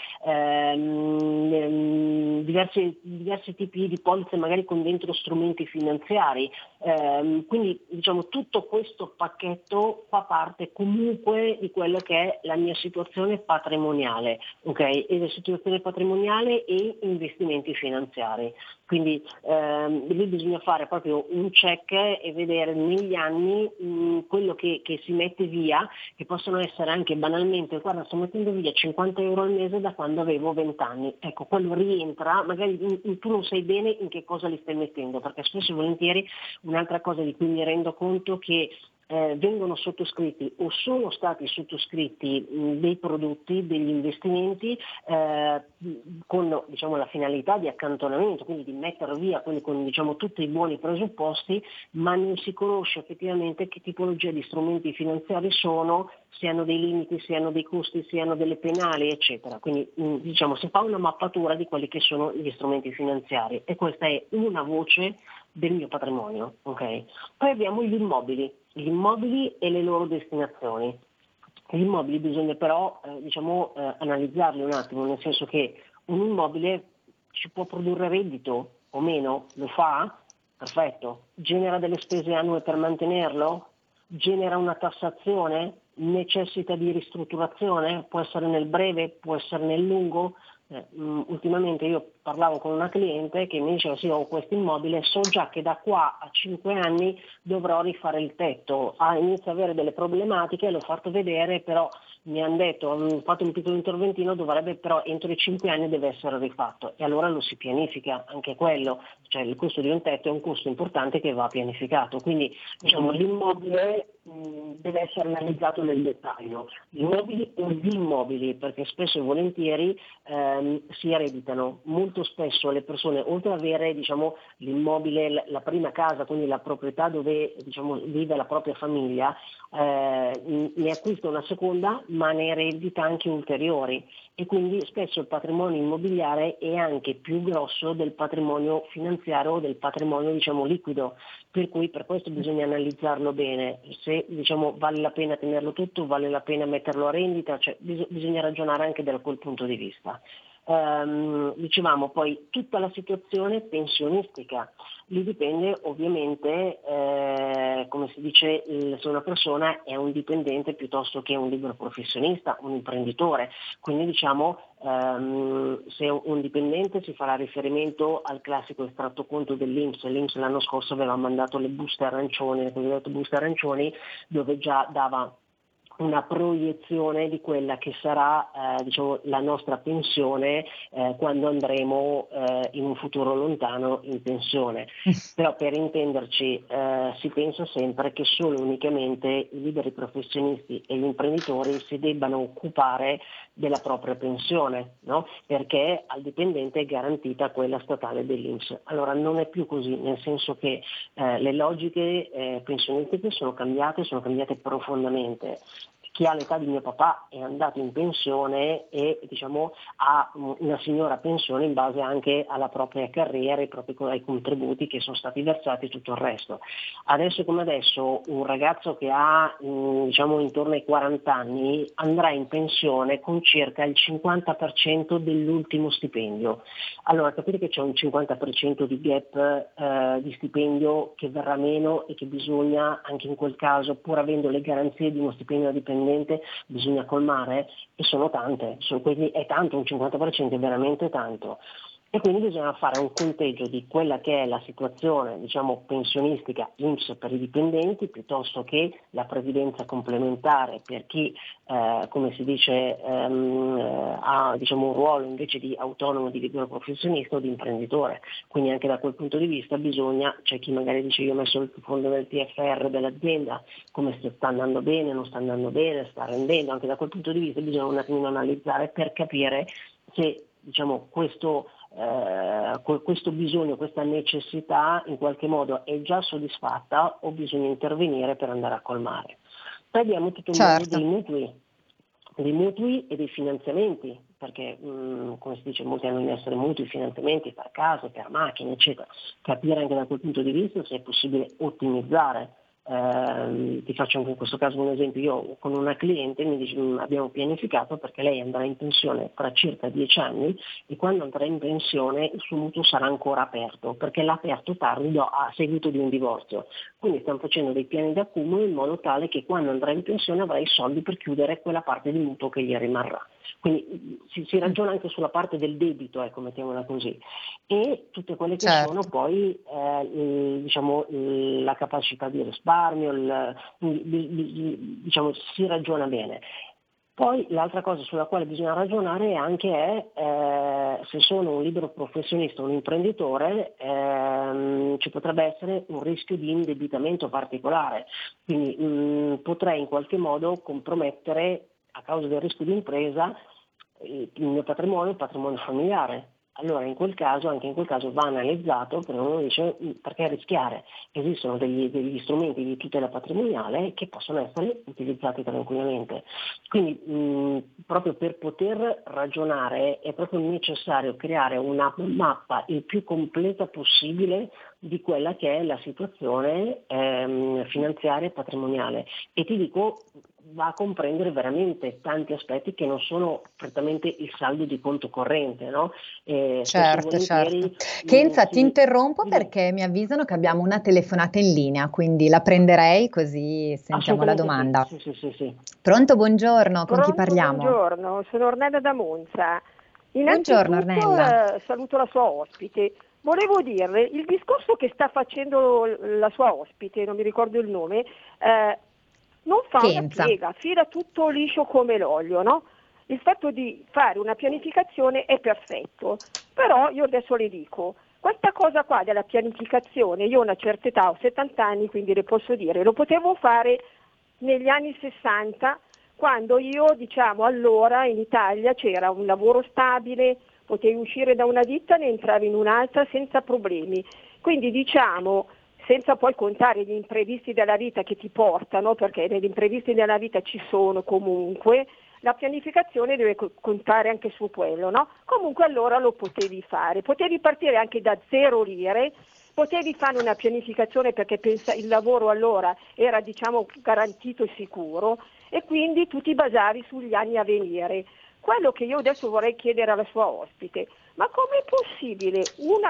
diversi tipi di polizze magari con dentro strumenti finanziari. Quindi diciamo tutto questo pacchetto fa parte comunque di quello che è la mia situazione patrimoniale, ok? E la situazione patrimoniale e investimenti finanziari. Quindi lì bisogna fare proprio un check e vedere negli anni quello che si mette via, che possono essere anche banalmente, guarda, sto mettendo via 50 euro al mese da quando avevo 20 anni. Ecco, quello rientra, magari tu non sai bene in che cosa li stai mettendo, perché spesso e volentieri un'altra cosa di cui mi rendo conto che vengono sottoscritti o sono stati sottoscritti dei prodotti, degli investimenti con, diciamo, la finalità di accantonamento, quindi di mettere via quelli con, diciamo, tutti i buoni presupposti, ma non si conosce effettivamente che tipologia di strumenti finanziari sono, se hanno dei limiti, se hanno dei costi, se hanno delle penali, eccetera. Quindi diciamo si fa una mappatura di quelli che sono gli strumenti finanziari e questa è una voce del mio patrimonio. Okay? Poi abbiamo gli immobili e le loro destinazioni. Gli immobili bisogna però analizzarli un attimo, nel senso che un immobile ci può produrre reddito o meno, lo fa? Perfetto. Genera delle spese annue per mantenerlo? Genera una tassazione? Necessita di ristrutturazione? Può essere nel breve, può essere nel lungo? Ultimamente io parlavo con una cliente che mi diceva sì, ho questo immobile, so già che da qua a 5 anni dovrò rifare il tetto, inizia ad avere delle problematiche, l'ho fatto vedere, però mi hanno detto, ho fatto un piccolo interventino, dovrebbe però entro i 5 anni deve essere rifatto e allora lo si pianifica anche quello, cioè il costo di un tetto è un costo importante che va pianificato, quindi diciamo l'immobile deve essere analizzato nel dettaglio. Immobili o gli immobili, perché spesso e volentieri si ereditano. Molto spesso le persone, oltre ad avere l'immobile, la prima casa, quindi la proprietà dove vive la propria famiglia, ne acquista una seconda, ma ne eredita anche ulteriori, e quindi spesso il patrimonio immobiliare è anche più grosso del patrimonio finanziario o del patrimonio liquido, per cui per questo bisogna analizzarlo bene, se vale la pena tenerlo tutto, vale la pena metterlo a rendita, cioè bisogna ragionare anche da quel punto di vista. Dicevamo poi tutta la situazione pensionistica, lì dipende ovviamente come si dice, se una persona è un dipendente piuttosto che un libero professionista, un imprenditore, quindi se un dipendente si farà riferimento al classico estratto conto dell'INPS. L'INPS l'anno scorso aveva mandato le buste arancioni, le cosiddette buste arancioni, dove già dava una proiezione di quella che sarà la nostra pensione quando andremo in un futuro lontano in pensione. Però per intenderci si pensa sempre che solo e unicamente i liberi professionisti e gli imprenditori si debbano occupare della propria pensione, no? Perché al dipendente è garantita quella statale dell'INPS. Allora non è più così, nel senso che le logiche pensionistiche sono cambiate profondamente. Chi ha l'età di mio papà è andato in pensione e ha una signora pensione in base anche alla propria carriera, ai contributi che sono stati versati e tutto il resto. Adesso come adesso un ragazzo che ha intorno ai 40 anni andrà in pensione con circa il 50% dell'ultimo stipendio. Allora capite che c'è un 50% di gap di stipendio che verrà meno e che bisogna anche in quel caso, pur avendo le garanzie di uno stipendio dipendente, bisogna colmare, e sono tante, quindi è tanto, un 50% è veramente tanto. E quindi bisogna fare un conteggio di quella che è la situazione pensionistica INPS per i dipendenti, piuttosto che la previdenza complementare per chi come si dice ha un ruolo invece di autonomo, di libero professionista o di imprenditore. Quindi anche da quel punto di vista c'è chi magari dice io ho messo il fondo del TFR dell'azienda, come se sta andando bene, non sta andando bene, sta rendendo. Anche da quel punto di vista bisogna un attimino analizzare per capire se questo bisogno, questa necessità in qualche modo è già soddisfatta o bisogna intervenire per andare a colmare. Poi abbiamo tutto il mondo dei mutui e dei finanziamenti, perché come si dice molti hanno in essere mutui, finanziamenti per case, per macchine eccetera, capire anche da quel punto di vista se è possibile ottimizzare. Ti faccio anche in questo caso un esempio. Io con una cliente mi dice abbiamo pianificato perché lei andrà in pensione tra circa 10 anni e quando andrà in pensione il suo mutuo sarà ancora aperto, perché l'ha aperto tardi a seguito di un divorzio. Quindi stiamo facendo dei piani d'accumulo in modo tale che quando andrà in pensione avrà i soldi per chiudere quella parte di mutuo che gli rimarrà. Quindi si ragiona anche sulla parte del debito, mettiamola così, e tutte quelle che sono poi la capacità di risparmio, si ragiona bene. Poi l'altra cosa sulla quale bisogna ragionare anche è se sono un libero professionista o un imprenditore, ci potrebbe essere un rischio di indebitamento particolare, quindi potrei in qualche modo compromettere a causa del rischio di impresa il mio patrimonio, il patrimonio familiare. Allora anche in quel caso va analizzato, perché uno dice perché rischiare? Esistono degli strumenti di tutela patrimoniale che possono essere utilizzati tranquillamente. Quindi proprio per poter ragionare è proprio necessario creare una mappa il più completa possibile di quella che è la situazione finanziaria e patrimoniale, e ti dico va a comprendere veramente tanti aspetti che non sono prettamente il saldo di conto corrente, no? Certo. Kenza, ti interrompo perché mi avvisano che abbiamo una telefonata in linea, quindi la prenderei così sentiamo la domanda. Sì. Pronto, buongiorno, con chi parliamo? Buongiorno, sono Ornella da Monza. Buongiorno Ornella. Saluto la sua ospite. Volevo dirle, il discorso che sta facendo la sua ospite, non mi ricordo il nome, non fa Kenza. Una piega, fila tutto liscio come l'olio, no? Il fatto di fare una pianificazione è perfetto, però io adesso le dico, questa cosa qua della pianificazione, io ho una certa età, ho 70 anni, quindi le posso dire, lo potevo fare negli anni 60, quando io, diciamo, allora in Italia c'era un lavoro stabile, potevi uscire da una ditta e ne entravi in un'altra senza problemi. Quindi diciamo, senza poi contare gli imprevisti della vita che ti portano, perché gli imprevisti della vita ci sono comunque, la pianificazione deve contare anche su quello, no? Comunque allora lo potevi fare, potevi partire anche da 0 lire, potevi fare una pianificazione perché il lavoro allora era, diciamo, garantito e sicuro, e quindi tu ti basavi sugli anni a venire. Quello che io adesso vorrei chiedere alla sua ospite, ma com'è possibile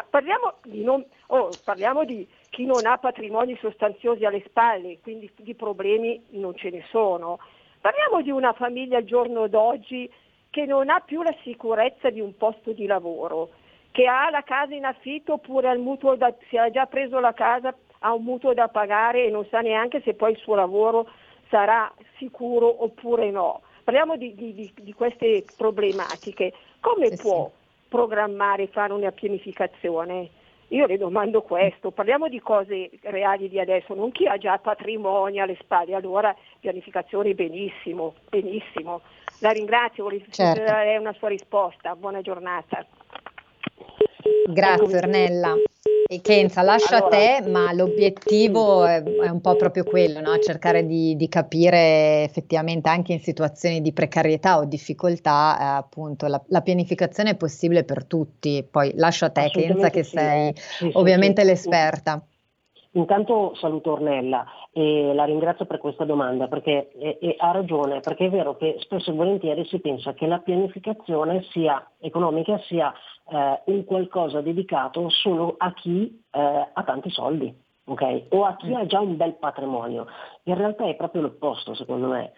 parliamo di chi non ha patrimoni sostanziosi alle spalle, quindi di problemi non ce ne sono. Parliamo di una famiglia al giorno d'oggi che non ha più la sicurezza di un posto di lavoro, che ha la casa in affitto oppure si ha già preso la casa, ha un mutuo da pagare e non sa neanche se poi il suo lavoro sarà sicuro oppure no. Parliamo di queste problematiche. Come può programmare, fare una pianificazione? Io le domando questo, parliamo di cose reali di adesso, non chi ha già patrimonio alle spalle, allora pianificazione benissimo, benissimo. La ringrazio, vorrei dare una sua risposta, buona giornata. Grazie Ornella. E Kenza, lascio a te, ma l'obiettivo è un po' proprio quello, no? Cercare di capire effettivamente anche in situazioni di precarietà o difficoltà, appunto, la pianificazione è possibile per tutti. Poi lascio a te, Kenza, che sei ovviamente l'esperta. Intanto saluto Ornella e la ringrazio per questa domanda perché ha ragione, perché è vero che spesso e volentieri si pensa che la pianificazione sia economica sia un qualcosa dedicato solo a chi ha tanti soldi, ok? O a chi ha già un bel patrimonio. In realtà è proprio l'opposto, secondo me.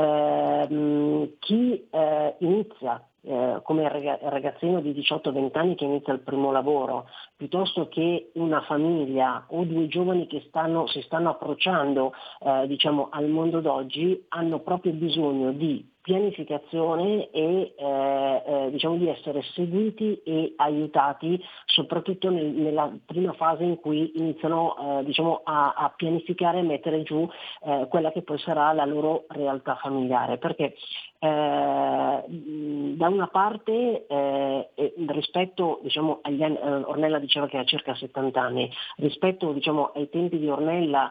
Chi inizia come ragazzino di 18-20 anni che inizia il primo lavoro, piuttosto che una famiglia o 2 giovani che si stanno approcciando diciamo al mondo d'oggi, hanno proprio bisogno di pianificazione e diciamo di essere seguiti e aiutati soprattutto nella prima fase in cui iniziano diciamo a pianificare e mettere giù quella che poi sarà la loro realtà familiare, perché da una parte rispetto diciamo agli anni, Ornella diceva che ha circa 70 anni, rispetto diciamo ai tempi di Ornella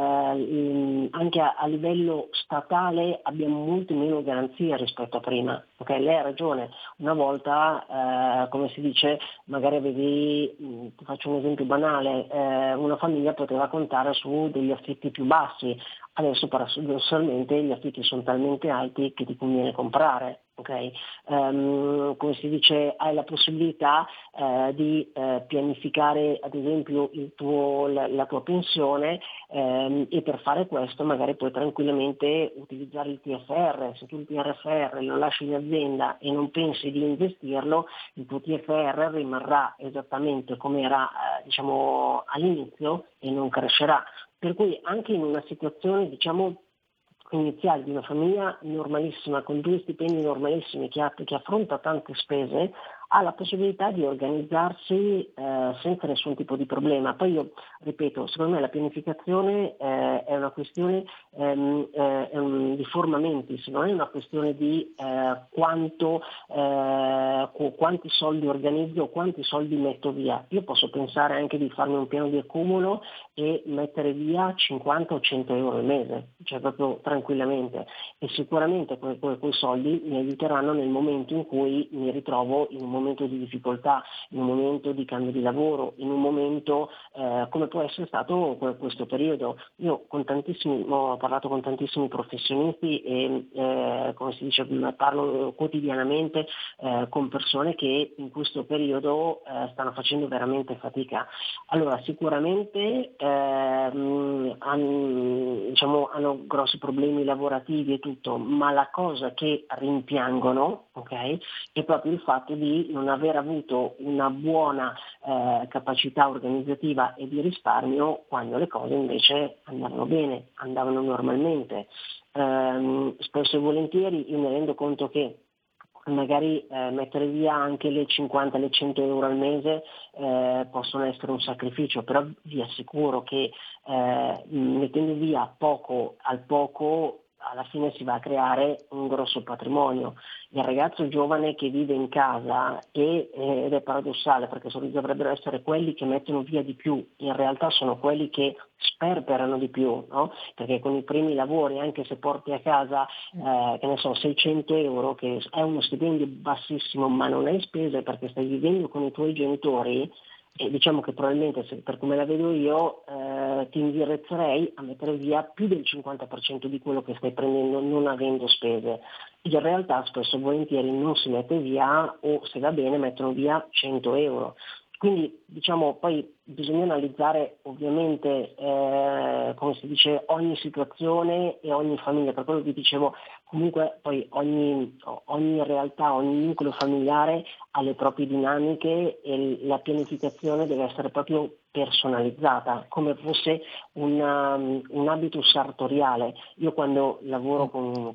anche a livello statale abbiamo molte meno garanzie rispetto a prima, ok? Lei ha ragione, una volta come si dice magari avevi, ti faccio un esempio banale, una famiglia poteva contare su degli affitti più bassi, adesso paradossalmente gli affitti sono talmente alti che ti conviene comprare. Okay? Come si dice, hai la possibilità di pianificare ad esempio la tua pensione e per fare questo magari puoi tranquillamente utilizzare il TFR. Se tu il TFR lo lasci in azienda e non pensi di investirlo, il tuo TFR rimarrà esattamente come era diciamo all'inizio e non crescerà. Per cui anche in una situazione diciamo iniziale di una famiglia normalissima con 2 stipendi normalissimi che affronta tante spese, ha la possibilità di organizzarsi senza nessun tipo di problema. Poi io ripeto, secondo me la pianificazione è una questione di forma mentis, non è una questione di quanti soldi organizzo o quanti soldi metto via. Io posso pensare anche di farmi un piano di accumulo e mettere via 50 o 100 euro al mese, cioè proprio tranquillamente, e sicuramente quei soldi mi aiuteranno nel momento in cui mi ritrovo in un momento di difficoltà, in un momento di cambio di lavoro, in un momento come può essere stato questo periodo. Io ho parlato con tantissimi professionisti e come si dice parlo quotidianamente con persone che in questo periodo stanno facendo veramente fatica. Allora sicuramente hanno grossi problemi lavorativi e tutto, ma la cosa che rimpiangono, ok, è proprio il fatto di non aver avuto una buona capacità organizzativa e di risparmio quando le cose invece andavano bene, andavano normalmente. Spesso e volentieri io mi rendo conto che magari mettere via anche le 50, le 100 euro al mese possono essere un sacrificio, però vi assicuro che mettendo via poco al poco alla fine si va a creare un grosso patrimonio. Il ragazzo giovane che vive in casa, ed è paradossale perché dovrebbero essere quelli che mettono via di più, in realtà sono quelli che sperperano di più, no? Perché con i primi lavori, anche se porti a casa che ne so 600 euro, che è uno stipendio bassissimo ma non hai spese perché stai vivendo con i tuoi genitori, e diciamo che probabilmente, per come la vedo io, ti indirizzerei a mettere via più del 50% di quello che stai prendendo non avendo spese. In realtà spesso e volentieri non si mette via, o se va bene mettono via 100 euro. Quindi diciamo poi bisogna analizzare ovviamente come si dice ogni situazione e ogni famiglia, per quello vi dicevo comunque poi ogni realtà, ogni nucleo familiare ha le proprie dinamiche e la pianificazione deve essere proprio personalizzata, come fosse un habitus sartoriale. Io quando lavoro con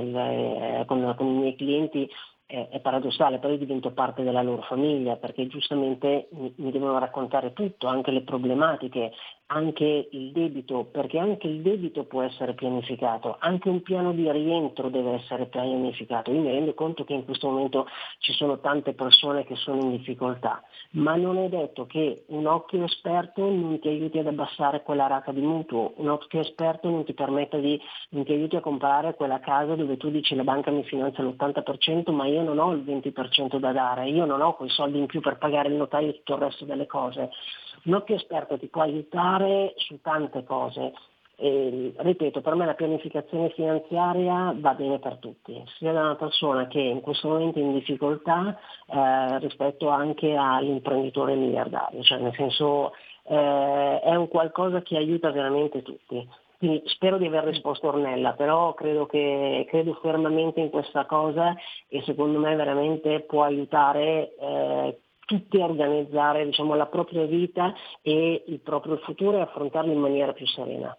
i miei clienti è paradossale, però io divento parte della loro famiglia, perché giustamente mi devono raccontare tutto, anche le problematiche, anche il debito, perché anche il debito può essere pianificato, anche un piano di rientro deve essere pianificato. Io mi rendo conto che in questo momento ci sono tante persone che sono in difficoltà, ma non è detto che un occhio esperto non ti aiuti ad abbassare quella rata di mutuo, un occhio esperto non ti aiuti a comprare quella casa dove tu dici la banca mi finanzia l'80%, ma io non ho il 20% da dare, io non ho quei soldi in più per pagare il notaio e tutto il resto delle cose. Un occhio esperto ti può aiutare su tante cose. Ripeto, per me la pianificazione finanziaria va bene per tutti, sia da una persona che in questo momento è in difficoltà rispetto anche all'imprenditore miliardario, cioè nel senso è un qualcosa che aiuta veramente tutti. Quindi spero di aver risposto Ornella, però credo fermamente in questa cosa e secondo me veramente può aiutare tutti a organizzare, diciamo, la propria vita e il proprio futuro e affrontarlo in maniera più serena.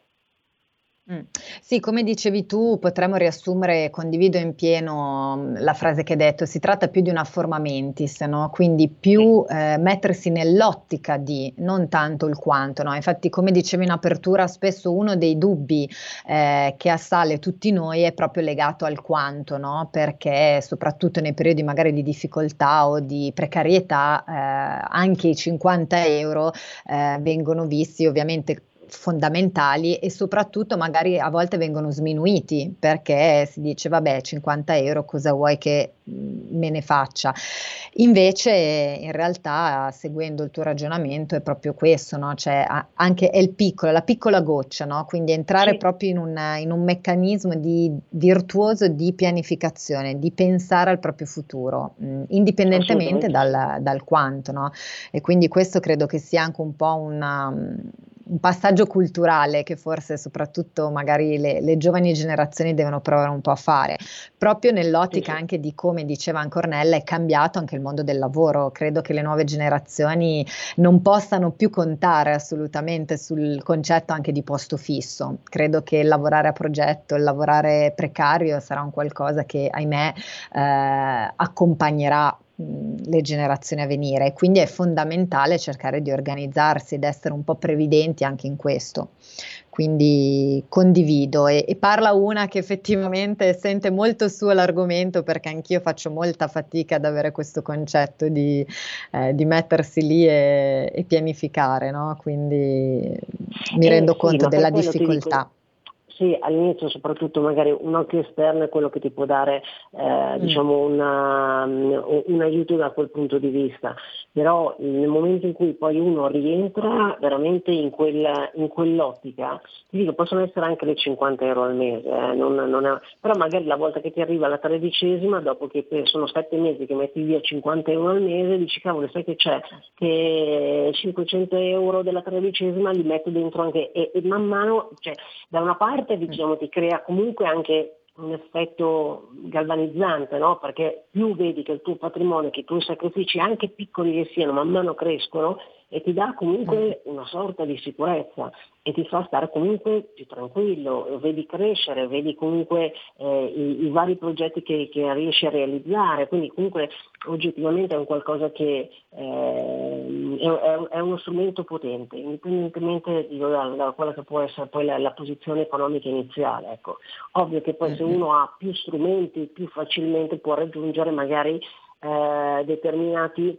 Sì, come dicevi tu, potremmo riassumere, condivido in pieno la frase che hai detto, si tratta più di una forma mentis, no? Quindi più mettersi nell'ottica di, non tanto il quanto, no? Infatti come dicevi in apertura, spesso uno dei dubbi che assale tutti noi è proprio legato al quanto, no? Perché soprattutto nei periodi magari di difficoltà o di precarietà anche i 50 euro vengono visti ovviamente fondamentali e soprattutto magari a volte vengono sminuiti perché si dice vabbè 50 euro cosa vuoi che me ne faccia, invece in realtà seguendo il tuo ragionamento è proprio questo, no? Cioè anche è la piccola goccia, no? Quindi entrare proprio in un meccanismo virtuoso di pianificazione, di pensare al proprio futuro indipendentemente dal quanto, no? E quindi questo credo che sia anche un po' un passaggio culturale che forse soprattutto magari le giovani generazioni devono provare un po' a fare, proprio nell'ottica anche di come diceva anche Ornella, è cambiato anche il mondo del lavoro. Credo che le nuove generazioni non possano più contare assolutamente sul concetto anche di posto fisso. Credo che il lavorare a progetto, il lavorare precario sarà un qualcosa che ahimè accompagnerà le generazioni a venire, e quindi è fondamentale cercare di organizzarsi ed essere un po' previdenti anche in questo. Quindi condivido e parla una che effettivamente sente molto suo l'argomento, perché anch'io faccio molta fatica ad avere questo concetto di mettersi lì e pianificare, no? Quindi mi rendo conto della difficoltà. Sì, all'inizio soprattutto magari un occhio esterno è quello che ti può dare diciamo un aiuto da quel punto di vista, però nel momento in cui poi uno rientra veramente in quell'ottica, ti dico, possono essere anche le 50 euro al mese, però magari la volta che ti arriva la 13ª, dopo che sono 7 mesi che metti via 50 euro al mese, dici cavolo, sai che c'è? Che 500 euro della 13ª li metto dentro anche e man mano, cioè da una parte diciamo ti crea comunque anche un effetto galvanizzante, no? Perché più vedi che il tuo patrimonio, che i tuoi sacrifici, anche piccoli che siano, man mano crescono e ti dà comunque una sorta di sicurezza e ti fa stare comunque più tranquillo, vedi crescere, vedi comunque i vari progetti che riesci a realizzare, quindi comunque oggettivamente è un qualcosa che è uno strumento potente, indipendentemente da quella che può essere poi la posizione economica iniziale. Ecco. Ovvio che poi se uno ha più strumenti, più facilmente può raggiungere magari determinati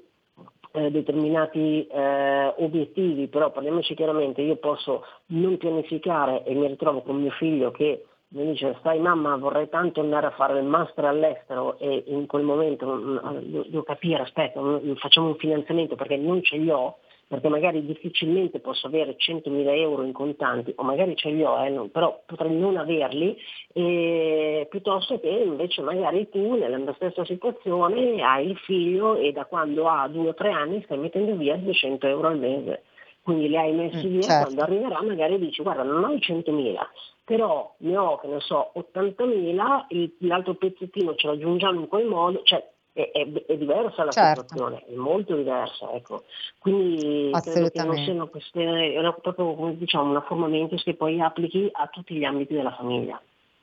obiettivi, però parliamoci chiaramente, io posso non pianificare e mi ritrovo con mio figlio che mi dice stai mamma vorrei tanto andare a fare il master all'estero e in quel momento devo capire aspetta facciamo un finanziamento perché non ce li ho, perché magari difficilmente posso avere 100.000 euro in contanti o magari ce li ho però potrei non averli, piuttosto che invece magari tu nella mia stessa situazione hai il figlio e da quando ha 2 o 3 anni stai mettendo via 200 euro al mese, quindi li hai messi via, certo. Quando arriverà magari dici guarda non ho i 100.000 però ne ho che ne so 80.000, l'altro pezzettino ce lo aggiungiamo in quel modo, cioè è diversa la situazione, è molto diversa, ecco. Quindi credo che non siano queste, è proprio come diciamo una forma mentis che poi applichi a tutti gli ambiti della famiglia.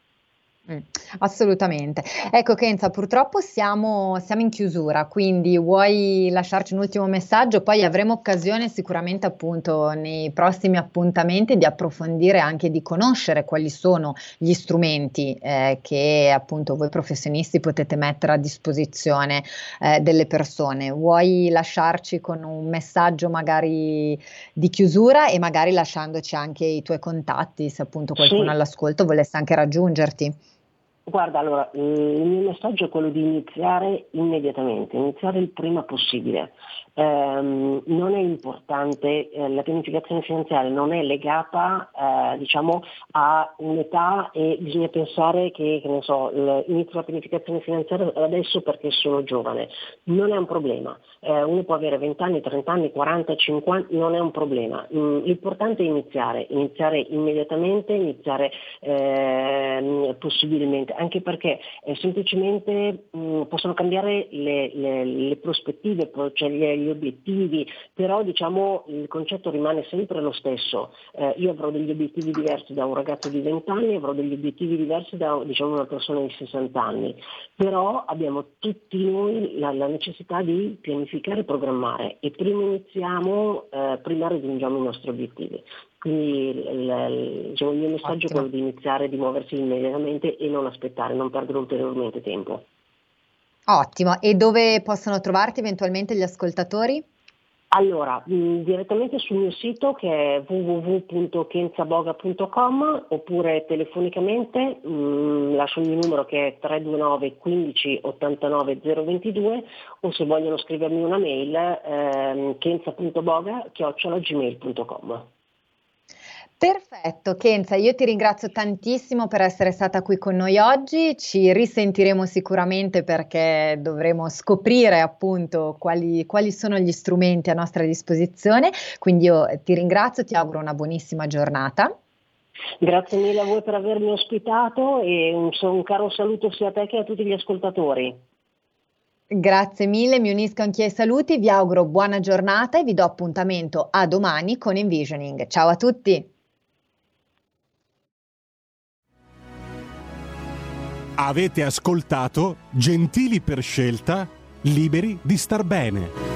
Assolutamente. Ecco Kenza, purtroppo siamo in chiusura, quindi vuoi lasciarci un ultimo messaggio? Poi avremo occasione sicuramente appunto nei prossimi appuntamenti di approfondire anche di conoscere quali sono gli strumenti che appunto voi professionisti potete mettere a disposizione delle persone. Vuoi lasciarci con un messaggio magari di chiusura e magari lasciandoci anche i tuoi contatti se appunto qualcuno all'ascolto volesse anche raggiungerti? Guarda, allora, il mio messaggio è quello di iniziare immediatamente, iniziare il prima possibile. Non è importante, la pianificazione finanziaria non è legata diciamo a un'età e bisogna pensare che ne so, inizio la pianificazione finanziaria adesso perché sono giovane. Non è un problema, uno può avere 20 anni, 30 anni, 40, 50, non è un problema. L'importante è iniziare immediatamente, iniziare possibilmente, anche perché semplicemente possono cambiare le prospettive, cioè gli obiettivi, però diciamo il concetto rimane sempre lo stesso. Io avrò degli obiettivi diversi da un ragazzo di 20 anni, avrò degli obiettivi diversi da diciamo una persona di 60 anni, però abbiamo tutti noi la necessità di pianificare e programmare e prima iniziamo, prima raggiungiamo i nostri obiettivi. Quindi diciamo, il mio messaggio è quello di iniziare, di muoversi immediatamente e non aspettare, non perdere ulteriormente tempo. Ottimo, e dove possono trovarti eventualmente gli ascoltatori? Allora, direttamente sul mio sito che è www.kenzaboga.com oppure telefonicamente, lascio il mio numero che è 329 15 89 022 o se vogliono scrivermi una mail kenza.boga@gmail.com. Perfetto, Kenza, io ti ringrazio tantissimo per essere stata qui con noi oggi, ci risentiremo sicuramente perché dovremo scoprire appunto quali sono gli strumenti a nostra disposizione, quindi io ti ringrazio, ti auguro una buonissima giornata. Grazie mille a voi per avermi ospitato e un caro saluto sia a te che a tutti gli ascoltatori. Grazie mille, mi unisco anch'io ai saluti, vi auguro buona giornata e vi do appuntamento a domani con Envisioning. Ciao a tutti! Avete ascoltato Gentili per scelta, liberi di star bene.